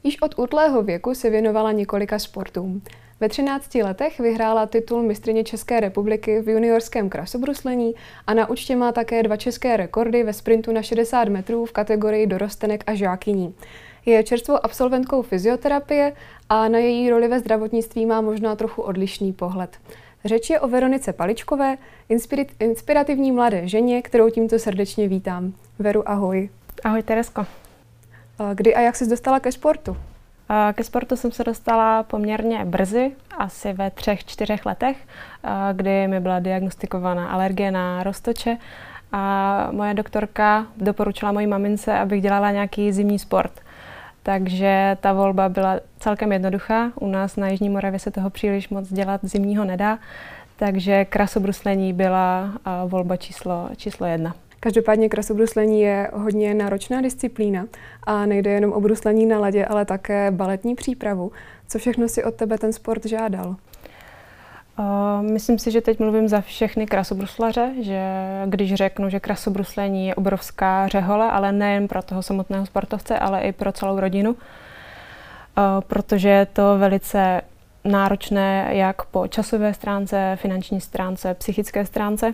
Již od útlého věku se věnovala několika sportům. Ve 13 letech vyhrála titul mistryně České republiky v juniorském krasobruslení a na účtě má také 2 české rekordy ve sprintu na 60 metrů v kategorii dorostenek a žákyní. Je čerstvou absolventkou fyzioterapie a na její roli ve zdravotnictví má možná trochu odlišný pohled. Řeč je o Veronice Paličkové, inspirativní mladé ženě, kterou tímto srdečně vítám. Veru, ahoj. Ahoj, Teresko. Kdy a jak jsi dostala ke sportu? Ke sportu jsem se dostala poměrně brzy, asi ve 3-4 letech, kdy mi byla diagnostikovaná alergie na roztoče a moje doktorka doporučila mojí mamince, abych dělala nějaký zimní sport. Takže ta volba byla celkem jednoduchá. U nás na Jižní Moravě se toho příliš moc dělat zimního nedá, takže krasobruslení byla volba číslo 1. Každopádně krasobruslení je hodně náročná disciplína a nejde jenom o bruslení na ledě, ale také baletní přípravu. Co všechno si od tebe ten sport žádal? Myslím si, že teď mluvím za všechny krasobruslaře, že když řeknu, že krasobruslení je obrovská řehole, ale nejen pro toho samotného sportovce, ale i pro celou rodinu, protože je to velice náročné jak po časové stránce, finanční stránce, psychické stránce.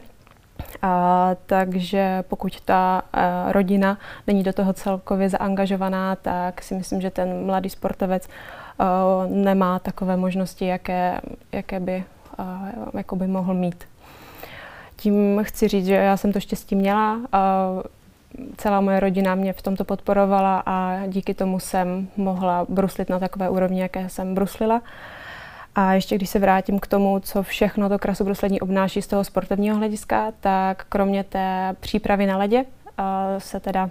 Takže pokud ta rodina není do toho celkově zaangažovaná, tak si myslím, že ten mladý sportovec nemá takové možnosti, jaké by mohl mít. Tím chci říct, že já jsem to štěstí měla. Celá moje rodina mě v tomto podporovala a díky tomu jsem mohla bruslit na takové úrovni, jaké jsem bruslila. A ještě když se vrátím k tomu, co všechno to krasobruslení obnáší z toho sportovního hlediska, tak kromě té přípravy na ledě se teda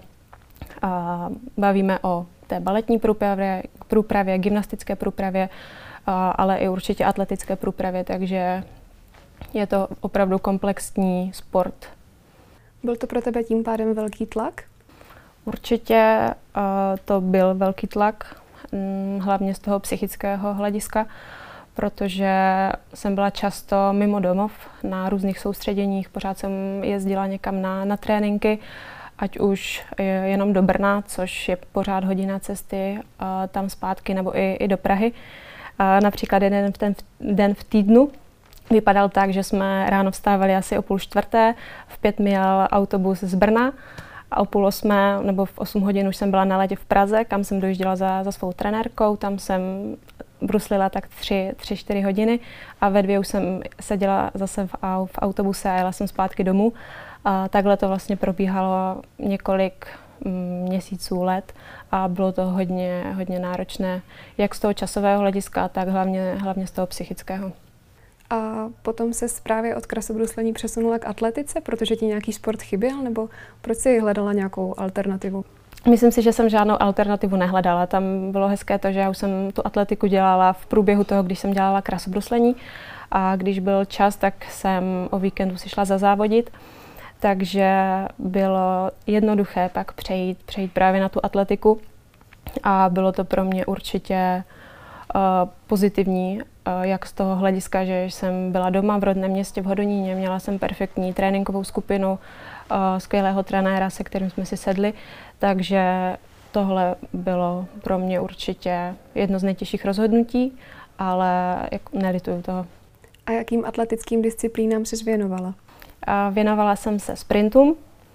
bavíme o té baletní průpravě, gymnastické průpravě, ale i určitě atletické průpravě, takže je to opravdu komplexní sport. Byl to pro tebe tím pádem velký tlak? Určitě to byl velký tlak, hlavně z toho psychického hlediska, protože jsem byla často mimo domov na různých soustředěních, pořád jsem jezdila někam na tréninky, ať už jenom do Brna, což je pořád hodina cesty tam zpátky, nebo i do Prahy. Například jeden den v týdnu vypadal tak, že jsme ráno vstávali asi o 7:30, v 5 měl autobus z Brna a o 7:30 nebo v 8 hodin už jsem byla na ledě v Praze, kam jsem dojížděla za svou trenérkou, tam jsem bruslila tak 3-4 hodiny a ve 2 už jsem seděla zase v autobuse a jela jsem zpátky domů. A takhle to vlastně probíhalo několik měsíců, let a bylo to hodně náročné, jak z toho časového hlediska, tak hlavně z toho psychického. A potom se právě od krasobruslení přesunula k atletice, protože ti nějaký sport chyběl, nebo proč jsi hledala nějakou alternativu? Myslím si, že jsem žádnou alternativu nehledala. Tam bylo hezké to, že já už jsem tu atletiku dělala v průběhu toho, když jsem dělala krasobruslení a když byl čas, tak jsem o víkendu si šla zazávodit. Takže bylo jednoduché pak přejít právě na tu atletiku a bylo to pro mě určitě pozitivní, jak z toho hlediska, že jsem byla doma v rodném městě v Hodoníně, měla jsem perfektní tréninkovou skupinu, skvělého trenéra, se kterým jsme si sedli, takže tohle bylo pro mě určitě jedno z nejtěžších rozhodnutí, ale nelituju toho. A jakým atletickým disciplínám jsi věnovala? Věnovala jsem se sprintům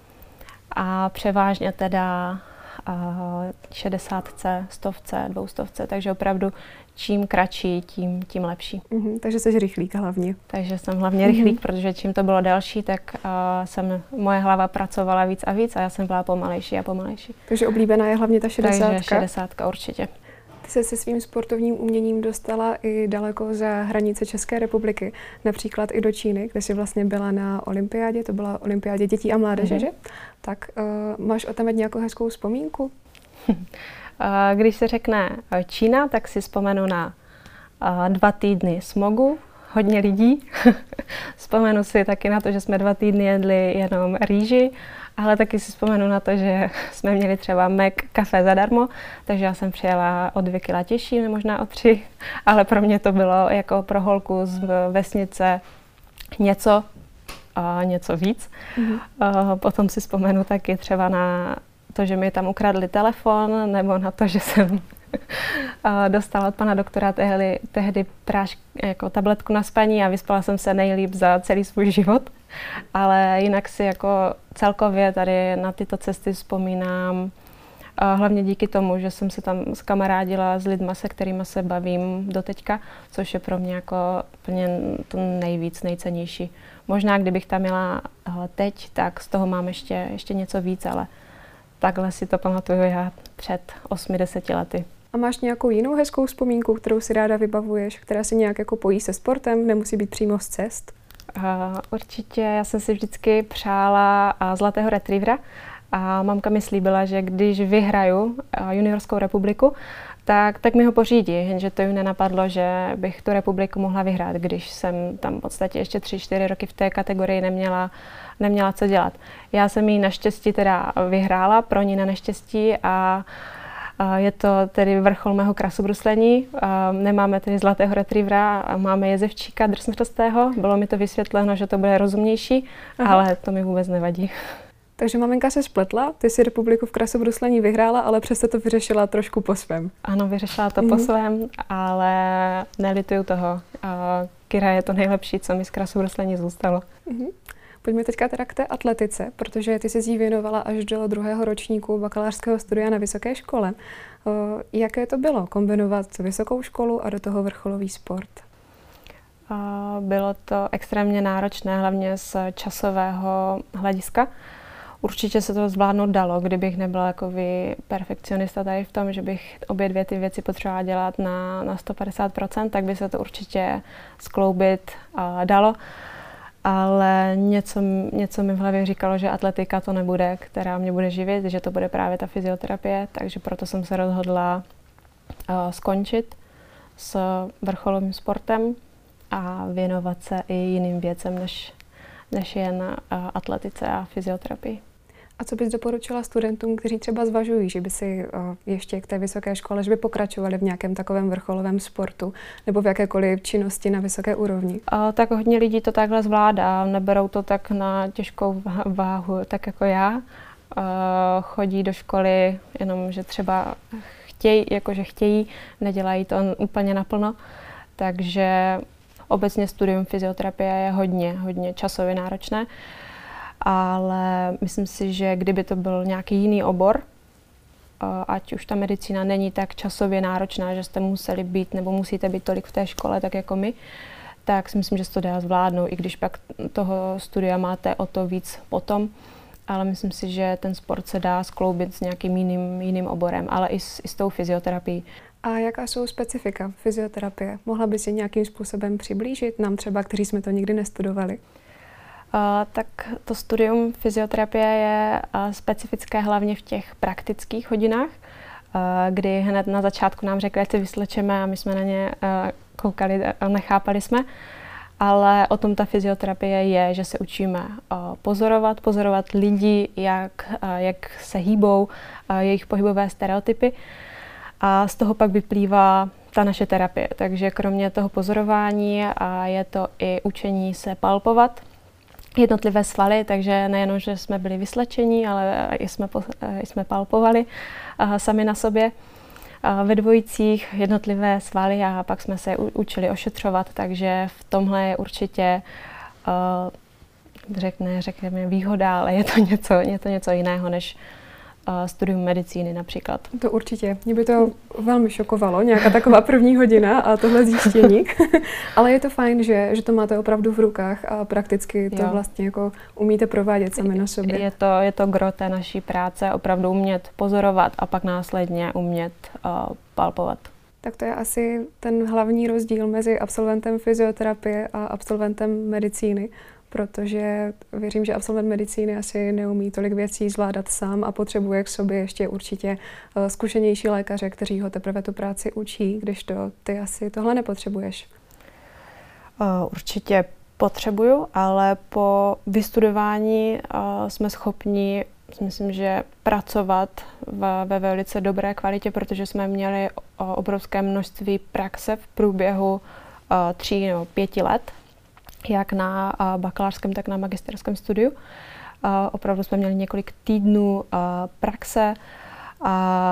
a převážně teda 60, 100, 200, takže opravdu čím kratší, tím lepší. Takže jsi rychlík hlavně. Takže jsem hlavně rychlík, protože čím to bylo delší, tak moje hlava pracovala víc a víc a já jsem byla pomalejší a pomalejší. Takže oblíbená je hlavně ta 60. Takže 60 určitě. Ty se se svým sportovním uměním dostala i daleko za hranice České republiky, například i do Číny, kde jsi vlastně byla na olympiádě, to byla olympiádě dětí a mládeže, že? Tak máš o tom nějakou hezkou vzpomínku? Když se řekne Čína, tak si vzpomenu na 2 týdny smogu, hodně lidí. Vzpomenu si taky na to, že jsme 2 týdny jedli jenom rýži, ale taky si vzpomenu na to, že jsme měli třeba kafe zadarmo, takže já jsem přijela o 2 kila těžší, možná o 3, ale pro mě to bylo jako pro holku z vesnice něco víc. Potom si vzpomenu taky třeba na to, že mi tam ukradli telefon, nebo na to, že jsem Dostala od pana doktora tehdy jako tabletku na spaní a vyspala jsem se nejlíp za celý svůj život. Ale jinak si jako celkově tady na tyto cesty vzpomínám hlavně díky tomu, že jsem se tam zkamarádila s lidma, se kterými se bavím doteďka, což je pro mě jako úplně to nejcennější. Možná kdybych tam měla teď, tak z toho mám ještě něco víc, ale takhle si to pamatuju já před 8-10 lety. A máš nějakou jinou hezkou vzpomínku, kterou si ráda vybavuješ, která se nějak jako pojí se sportem, nemusí být přímo z cest? Určitě, já jsem si vždycky přála zlatého retrievera a mamka mi slíbila, že když vyhraju juniorskou republiku, tak mi ho pořídí, jenže to jí nenapadlo, že bych tu republiku mohla vyhrát, když jsem tam v podstatě ještě 3-4 roky v té kategorii neměla co dělat. Já jsem ji naštěstí teda vyhrála, pro ní na neštěstí a je to tedy vrchol mého krasobruslení. Nemáme tedy zlatého retrievera, máme jezevčíka drsnatostého. Bylo mi to vysvětleno, že to bude rozumnější, ale to mi vůbec nevadí. Takže maminka se spletla, ty si republiku v krasobruslení vyhrála, ale přesto to vyřešila trošku po svém. Ano, vyřešila to po svém, ale nelituju toho. Kyra je to nejlepší, co mi z krasobruslení zůstalo. Pojďme teďka teda k té atletice, protože ty jsi jí věnovala až do 2. ročníku bakalářského studia na vysoké škole. Jaké to bylo kombinovat vysokou školu a do toho vrcholový sport? Bylo to extrémně náročné, hlavně z časového hlediska. Určitě se to zvládnout dalo, kdybych nebyla jako perfekcionista tady v tom, že bych obě dvě ty věci potřebovala dělat na 150%, tak by se to určitě skloubit dalo. Ale něco mi v hlavě říkalo, že atletika to nebude, která mě bude živit, že to bude právě ta fyzioterapie, takže proto jsem se rozhodla skončit s vrcholovým sportem a věnovat se i jiným věcem, než jen atletice a fyzioterapii. A co bys doporučila studentům, kteří třeba zvažují, že by si ještě k té vysoké škole, že by pokračovali v nějakém takovém vrcholovém sportu nebo v jakékoliv činnosti na vysoké úrovni? Tak hodně lidí to takhle zvládá, neberou to tak na těžkou váhu, tak jako já. Chodí do školy jenom, že třeba chtějí, nedělají to úplně naplno, takže obecně studium fyzioterapie je hodně časově náročné. Ale myslím si, že kdyby to byl nějaký jiný obor, ať už ta medicína není tak časově náročná, že jste museli být nebo musíte být tolik v té škole, tak jako my, tak si myslím, že se to dá zvládnout, i když pak toho studia máte o to víc potom. Ale myslím si, že ten sport se dá skloubit s nějakým jiným oborem, ale i s tou fyzioterapií. A jaká jsou specifika fyzioterapie? Mohla by si nějakým způsobem přiblížit nám třeba, kteří jsme to nikdy nestudovali? Tak to studium fyzioterapie je specifické hlavně v těch praktických hodinách, kdy hned na začátku nám řekli, ať si vyslečeme a my jsme na ně koukali a nechápali jsme. Ale o tom ta fyzioterapie je, že se učíme pozorovat lidi, jak se hýbou, jejich pohybové stereotypy. A z toho pak vyplývá ta naše terapie. Takže kromě toho pozorování je to i učení se palpovat jednotlivé svaly, takže nejenom, že jsme byli vyslečení, ale i jsme palpovali sami na sobě ve dvojicích jednotlivé svaly a pak jsme se učili ošetřovat, takže v tomhle je určitě řekněme výhoda, ale je to něco jiného než studium medicíny například. To určitě. Mě by to velmi šokovalo, nějaká taková první hodina a tohle zjištění. Ale je to fajn, že to máte opravdu v rukách a prakticky to vlastně jako umíte provádět sami na sobě. Je to gro té naší práce, opravdu umět pozorovat a pak následně umět palpovat. Tak to je asi ten hlavní rozdíl mezi absolventem fyzioterapie a absolventem medicíny. Protože věřím, že absolvent medicíny asi neumí tolik věcí zvládat sám a potřebuje k sobě ještě určitě zkušenější lékaře, kteří ho teprve tu práci učí, kdežto ty asi tohle nepotřebuješ. Určitě potřebuju, ale po vystudování jsme schopni, myslím, že pracovat ve velice dobré kvalitě, protože jsme měli obrovské množství praxe v průběhu 3 nebo 5 let. Jak na bakalářském, tak na magisterském studiu. Opravdu jsme měli několik týdnů praxe a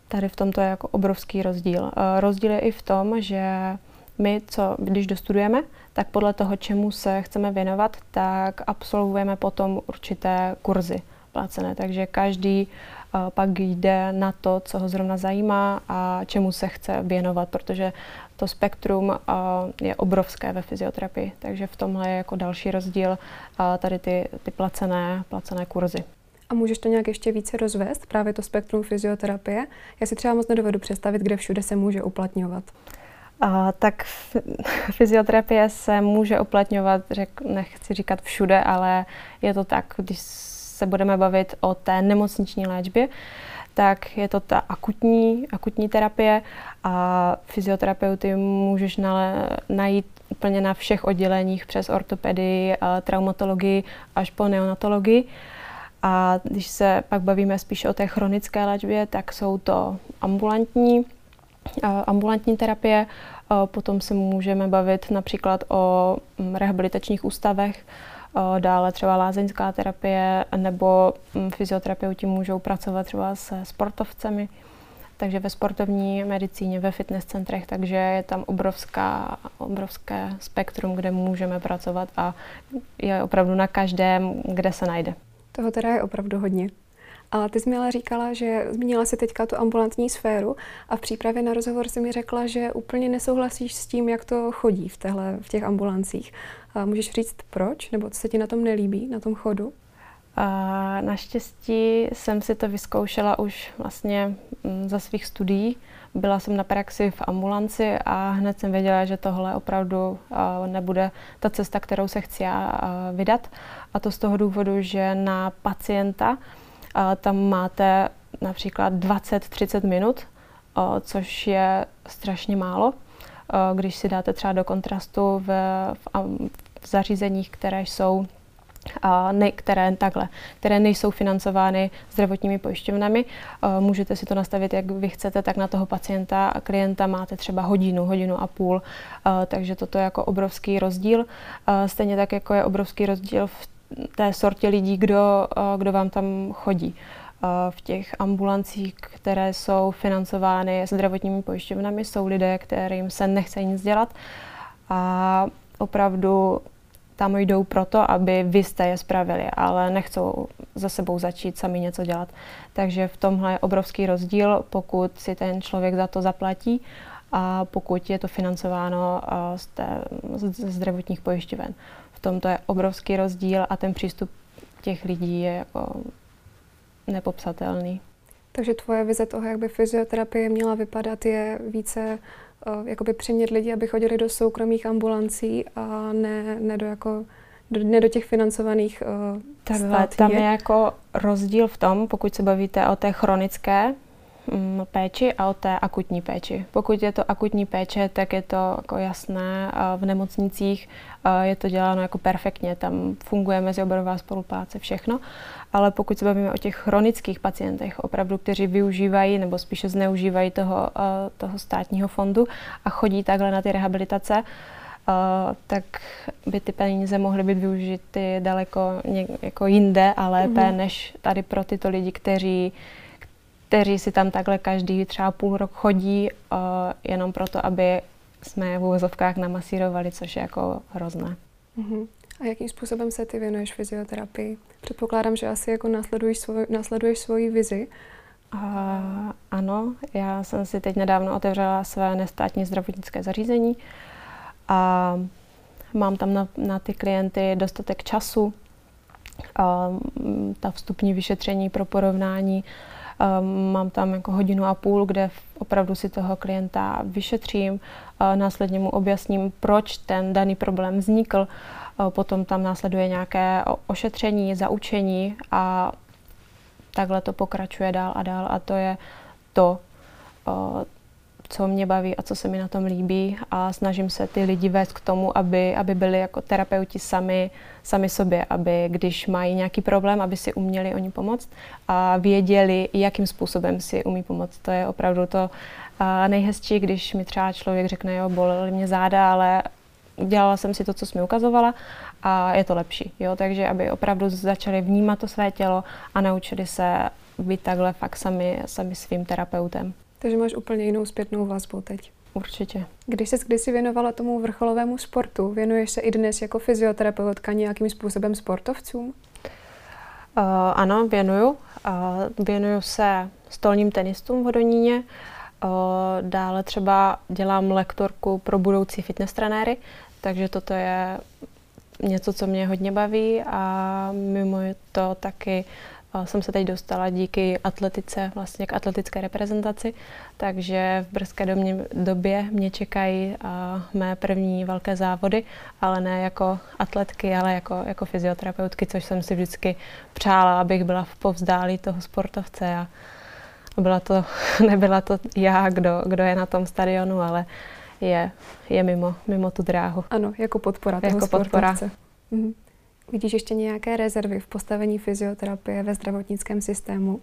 Tady v tomto je jako obrovský rozdíl. Rozdíl je i v tom, že my, když dostudujeme, tak podle toho, čemu se chceme věnovat, tak absolvujeme potom určité kurzy placené. Takže každý pak jde na to, co ho zrovna zajímá a čemu se chce věnovat, protože to spektrum je obrovské ve fyzioterapii. Takže v tomhle je jako další rozdíl tady ty placené kurzy. A můžeš to nějak ještě více rozvést, právě to spektrum fyzioterapie? Já si třeba moc nedovedu představit, kde všude se může uplatňovat. Tak fyzioterapie se může uplatňovat, nechci říkat všude, ale je to tak, když se budeme bavit o té nemocniční léčbě, tak je to ta akutní terapie a fyzioterapeuty můžeš najít úplně na všech odděleních přes ortopedii, traumatologii až po neonatologii. A když se pak bavíme spíše o té chronické léčbě, tak jsou to ambulantní terapie, potom se můžeme bavit například o rehabilitačních ústavech, dále třeba lázeňská terapie, nebo fyzioterapeuti můžou pracovat třeba se sportovcemi, takže ve sportovní medicíně, ve fitness centrech, takže je tam obrovské spektrum, kde můžeme pracovat a je opravdu na každém, kde se najde. Toho teda je opravdu hodně. A ty jsi mi ale říkala, že zmínila si teďka tu ambulantní sféru a v přípravě na rozhovor si mi řekla, že úplně nesouhlasíš s tím, jak to chodí v těch ambulancích. A můžeš říct proč? Nebo co se ti na tom nelíbí, na tom chodu? Naštěstí jsem si to vyzkoušela už vlastně za svých studií. Byla jsem na praxi v ambulanci a hned jsem věděla, že tohle opravdu nebude ta cesta, kterou se chci já vydat. A to z toho důvodu, že na pacienta tam máte například 20-30 minut, což je strašně málo. Když si dáte třeba do kontrastu v zařízeních, které jsou které nejsou financovány zdravotními pojišťovnami. Můžete si to nastavit, jak vy chcete, tak na toho pacienta a klienta máte třeba hodinu a půl. Takže toto je jako obrovský rozdíl. Stejně tak, jako je obrovský rozdíl v té sortě lidí, kdo vám tam chodí. V těch ambulancích, které jsou financovány zdravotními pojišťovnami, jsou lidé, kterým se nechce nic dělat a opravdu tam jdou proto, aby vy jste je spravili, ale nechcou za sebou začít sami něco dělat. Takže v tomhle je obrovský rozdíl, pokud si ten člověk za to zaplatí a pokud je to financováno ze zdravotních pojišťoven. V tomto je obrovský rozdíl a ten přístup těch lidí je jako nepopsatelný. Takže tvoje vize toho, jak by fyzioterapie měla vypadat, je více jakoby přimět lidi, aby chodili do soukromých ambulancí a ne do těch financovaných Takhle, tam je jako rozdíl v tom, pokud se bavíte o té chronické péči a o té akutní péči. Pokud je to akutní péče, tak je to jako jasné. V nemocnicích je to děláno jako perfektně, tam funguje mezioborová spolupráce, všechno. Ale pokud se bavíme o těch chronických pacientech, opravdu, kteří využívají nebo spíše zneužívají toho státního fondu a chodí takhle na ty rehabilitace, tak by ty peníze mohly být využity daleko jako jinde a lépe, než tady pro tyto lidi, kteří si tam takhle každý třeba půl rok chodí jenom proto, aby jsme je v uvozovkách namasírovali, což je jako hrozné. A jakým způsobem se ty věnuješ fyzioterapii? Předpokládám, že asi jako následuješ svoji vizi. Ano, já jsem si teď nedávno otevřela své nestátní zdravotnické zařízení a mám tam na ty klienty dostatek času. Ta vstupní vyšetření pro porovnání, mám tam jako hodinu a půl, kde opravdu si toho klienta vyšetřím, následně mu objasním, proč ten daný problém vznikl, potom tam následuje nějaké ošetření, zaučení a takhle to pokračuje dál a dál a to je to, co mě baví a co se mi na tom líbí a snažím se ty lidi vést k tomu, aby byli jako terapeuti sami sobě, aby když mají nějaký problém, aby si uměli oni pomoct a věděli, jakým způsobem si umí pomoct. To je opravdu to nejhezčí, když mi třeba člověk řekne, jo, bolely mě záda, ale dělala jsem si to, co jsi mi ukazovala a je to lepší. Jo? Takže aby opravdu začali vnímat to své tělo a naučili se být takhle fakt sami svým terapeutem. Takže máš úplně jinou zpětnou vazbu teď. Určitě. Když ses kdysi věnovala tomu vrcholovému sportu, věnuješ se i dnes jako fyzioterapeutka nějakým způsobem sportovcům? Ano, věnuju. Věnuju se stolním tenistům v Hodoníně. Dále třeba dělám lektorku pro budoucí fitness trenéry, takže toto je něco, co mě hodně baví a mimo to taky jsem se teď dostala díky atletice, vlastně k atletické reprezentaci, takže v brzké době mě čekají mé první velké závody, ale ne jako atletky, ale jako fyzioterapeutky, což jsem si vždycky přála, abych byla v povzdálí toho sportovce a nebyla to já, kdo je na tom stadionu, ale je mimo tu dráhu. Ano, jako podpora toho sportovce. Mhm. Vidíš ještě nějaké rezervy v postavení fyzioterapie ve zdravotnickém systému?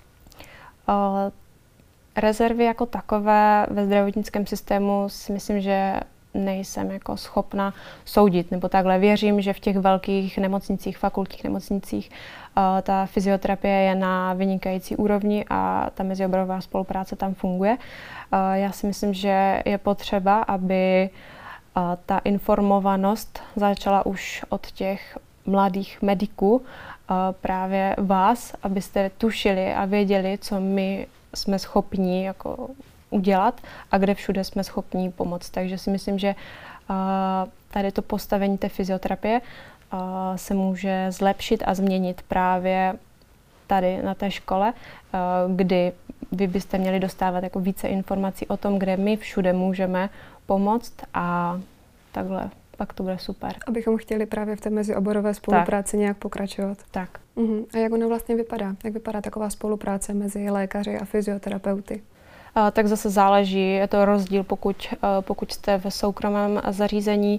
Rezervy jako takové ve zdravotnickém systému si myslím, že nejsem jako schopna soudit, nebo takhle věřím, že v těch velkých nemocnicích, fakultních nemocnicích ta fyzioterapie je na vynikající úrovni a ta mezioborová spolupráce tam funguje. Já si myslím, že je potřeba, aby ta informovanost začala už od těch mladých mediků, právě vás, abyste tušili a věděli, co my jsme schopni jako udělat a kde všude jsme schopni pomoct. Takže si myslím, že tady to postavení té fyzioterapie se může zlepšit a změnit právě tady na té škole, kdy vy byste měli dostávat jako více informací o tom, kde my všude můžeme pomoct a takhle. Pak to bude super. Abychom chtěli právě v té mezioborové spolupráci nějak pokračovat. Tak. A jak ona vlastně vypadá? Jak vypadá taková spolupráce mezi lékaři a fyzioterapeuty? Tak zase záleží, je to rozdíl, pokud jste v soukromém zařízení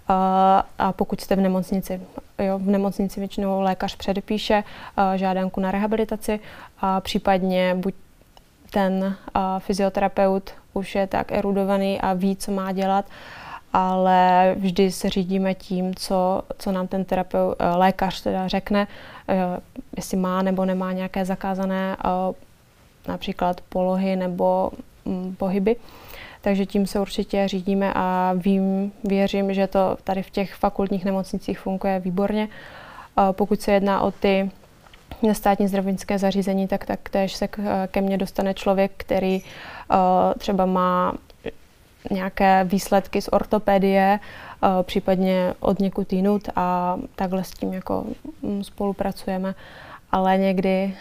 a pokud jste v nemocnici. Jo, v nemocnici většinou lékař předepíše žádanku na rehabilitaci a případně buď ten fyzioterapeut už je tak erudovaný a ví, co má dělat, ale vždy se řídíme tím, co nám ten lékař teda řekne, jestli má nebo nemá nějaké zakázané například polohy nebo pohyby. Takže tím se určitě řídíme a věřím, že to tady v těch fakultních nemocnicích funguje výborně. Pokud se jedná o ty nestátní zdravotnické zařízení, tak též se ke mně dostane člověk, který třeba má nějaké výsledky z ortopedie, případně od někud jinut a takhle s tím jako spolupracujeme. Ale někdy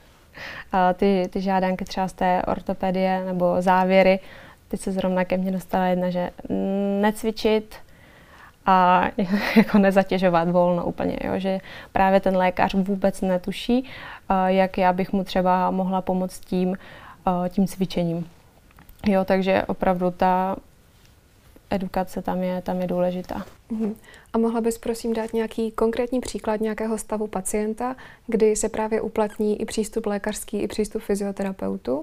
ty žádanky třeba z té ortopedie nebo závěry, teď se zrovna ke mně dostala jedna, že necvičit a jako nezatěžovat volno úplně, jo? Že právě ten lékař vůbec netuší, jak já bych mu třeba mohla pomoct tím cvičením. Jo, takže opravdu ta edukace tam je důležitá. A mohla bys prosím dát nějaký konkrétní příklad nějakého stavu pacienta, kdy se právě uplatní i přístup lékařský, i přístup fyzioterapeutu?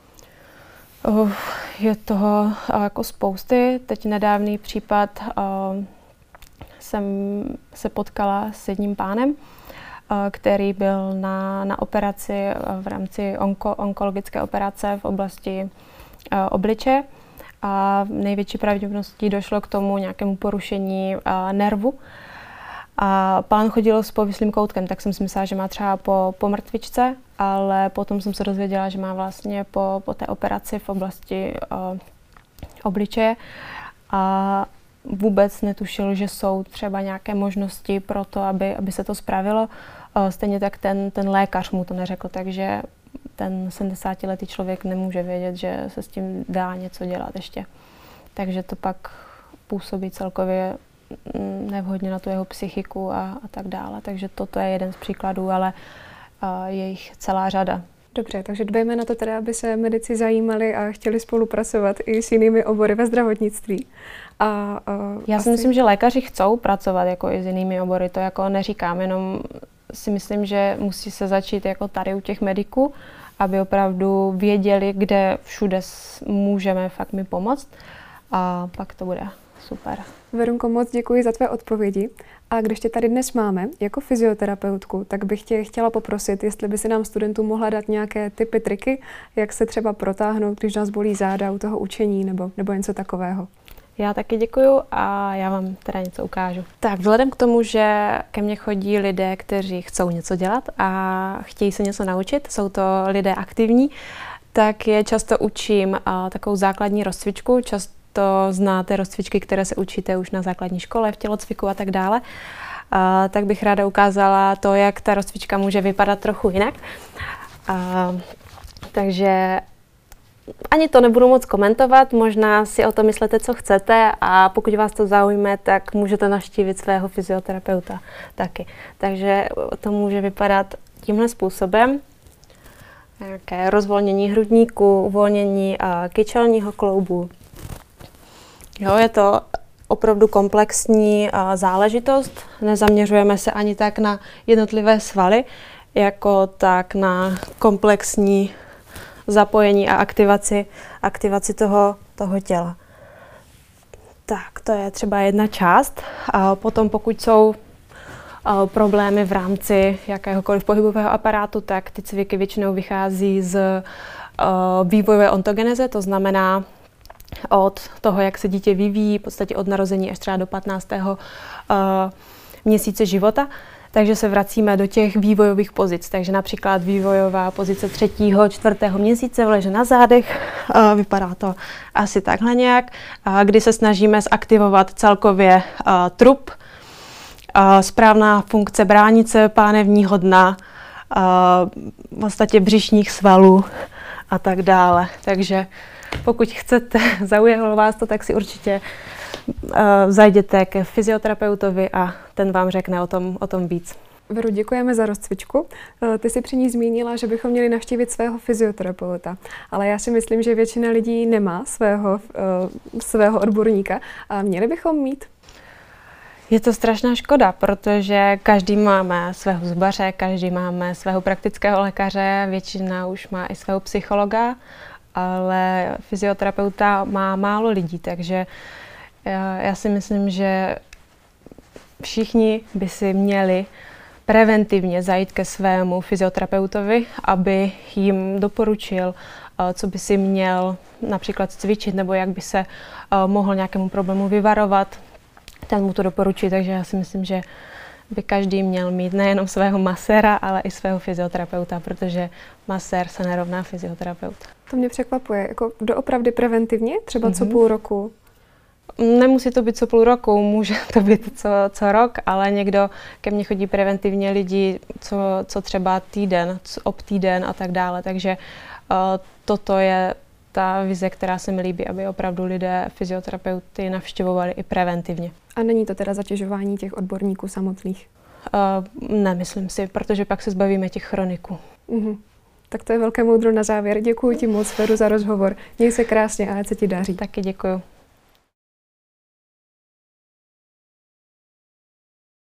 Je toho jako spousty. Teď nedávný případ jsem se potkala s jedním pánem, který byl na operaci v rámci onkologické operace v oblasti obličeje a největší pravděpodobností došlo k tomu nějakému porušení nervu. A pán chodil s povislým koutkem, tak jsem si myslela, že má třeba po mrtvičce, ale potom jsem se dozvěděla, že má vlastně po té operaci v oblasti obličeje a vůbec netušil, že jsou třeba nějaké možnosti pro to, aby se to spravilo. Stejně tak ten lékař mu to neřekl, takže ten 70letý člověk nemůže vědět, že se s tím dá něco dělat ještě. Takže to pak působí celkově nevhodně na tu jeho psychiku a tak dále. Takže toto je jeden z příkladů, ale je jich celá řada. Dobře, takže dbejme na to teda, aby se medici zajímali a chtěli spolupracovat i s jinými obory ve zdravotnictví. Já si myslím, že lékaři chcou pracovat jako i s jinými obory, to jako neříkám, jenom si myslím, že musí se začít jako tady u těch mediků, aby opravdu věděli, kde všude můžeme fakt mi pomoct a pak to bude super. Verunko, moc děkuji za tvé odpovědi. A když tě tady dnes máme jako fyzioterapeutku, tak bych tě chtěla poprosit, jestli by si nám studentům mohla dát nějaké tipy, triky, jak se třeba protáhnout, když nás bolí záda u toho učení nebo něco takového. Já taky děkuju a já vám teda něco ukážu. Tak vzhledem k tomu, že ke mně chodí lidé, kteří chcou něco dělat a chtějí se něco naučit, jsou to lidé aktivní, tak je často učím takovou základní rozcvičku. Často znáte rozcvičky, které se učíte už na základní škole, v tělocviku a tak dále. Tak bych ráda ukázala to, jak ta rozcvička může vypadat trochu jinak. Takže ani to nebudu moc komentovat, možná si o tom myslete, co chcete a pokud vás to zaujme, tak můžete navštívit svého fyzioterapeuta taky. Takže to může vypadat tímhle způsobem. Nějaké rozvolnění hrudníku, uvolnění kyčelního kloubu. Jo, je to opravdu komplexní záležitost. Nezaměřujeme se ani tak na jednotlivé svaly, jako tak na komplexní zapojení a aktivaci toho těla. Tak, to je třeba jedna část. A potom, pokud jsou problémy v rámci jakéhokoliv pohybového aparátu, tak ty cviky většinou vychází z vývojové ontogeneze, to znamená od toho, jak se dítě vyvíjí, v podstatě od narození až třeba do 15. měsíce života. Takže se vracíme do těch vývojových pozic. Takže například vývojová pozice 3., 4. měsíce vleže na zádech. Vypadá to asi takhle nějak, kdy se snažíme zaktivovat celkově trup, správná funkce bránice, pánevního dna, v podstatě břišních svalů a tak dále. Takže pokud chcete, zaujalo vás to, tak si určitě zajděte ke fyzioterapeutovi a ten vám řekne o tom víc. Veru, děkujeme za rozcvičku. Ty jsi při ní zmínila, že bychom měli navštívit svého fyzioterapeuta, ale já si myslím, že většina lidí nemá svého odborníka a měli bychom mít. Je to strašná škoda, protože každý máme svého zubaře, každý máme svého praktického lékaře, většina už má i svého psychologa, ale fyzioterapeuta má málo lidí, takže já si myslím, že všichni by si měli preventivně zajít ke svému fyzioterapeutovi, aby jim doporučil, co by si měl například cvičit nebo jak by se mohl nějakému problému vyvarovat. Ten mu to doporučí, takže já si myslím, že by každý měl mít nejenom svého maséra, ale i svého fyzioterapeuta, protože masér se nerovná fyzioterapeut. To mě překvapuje, jako doopravdy preventivně, třeba co půl roku? Nemusí to být co půl roku, může to být co rok, ale někdo ke mně chodí preventivně lidi, co třeba týden, ob týden a tak dále. Takže toto je ta vize, která se mi líbí, aby opravdu lidé fyzioterapeuty navštěvovali i preventivně. A není to teda zatěžování těch odborníků samotných? Nemyslím si, protože pak se zbavíme těch chroniků. Tak to je velké moudro na závěr. Děkuji ti moc, Veru, za rozhovor. Měj se krásně a ať se ti daří. Taky děkuju.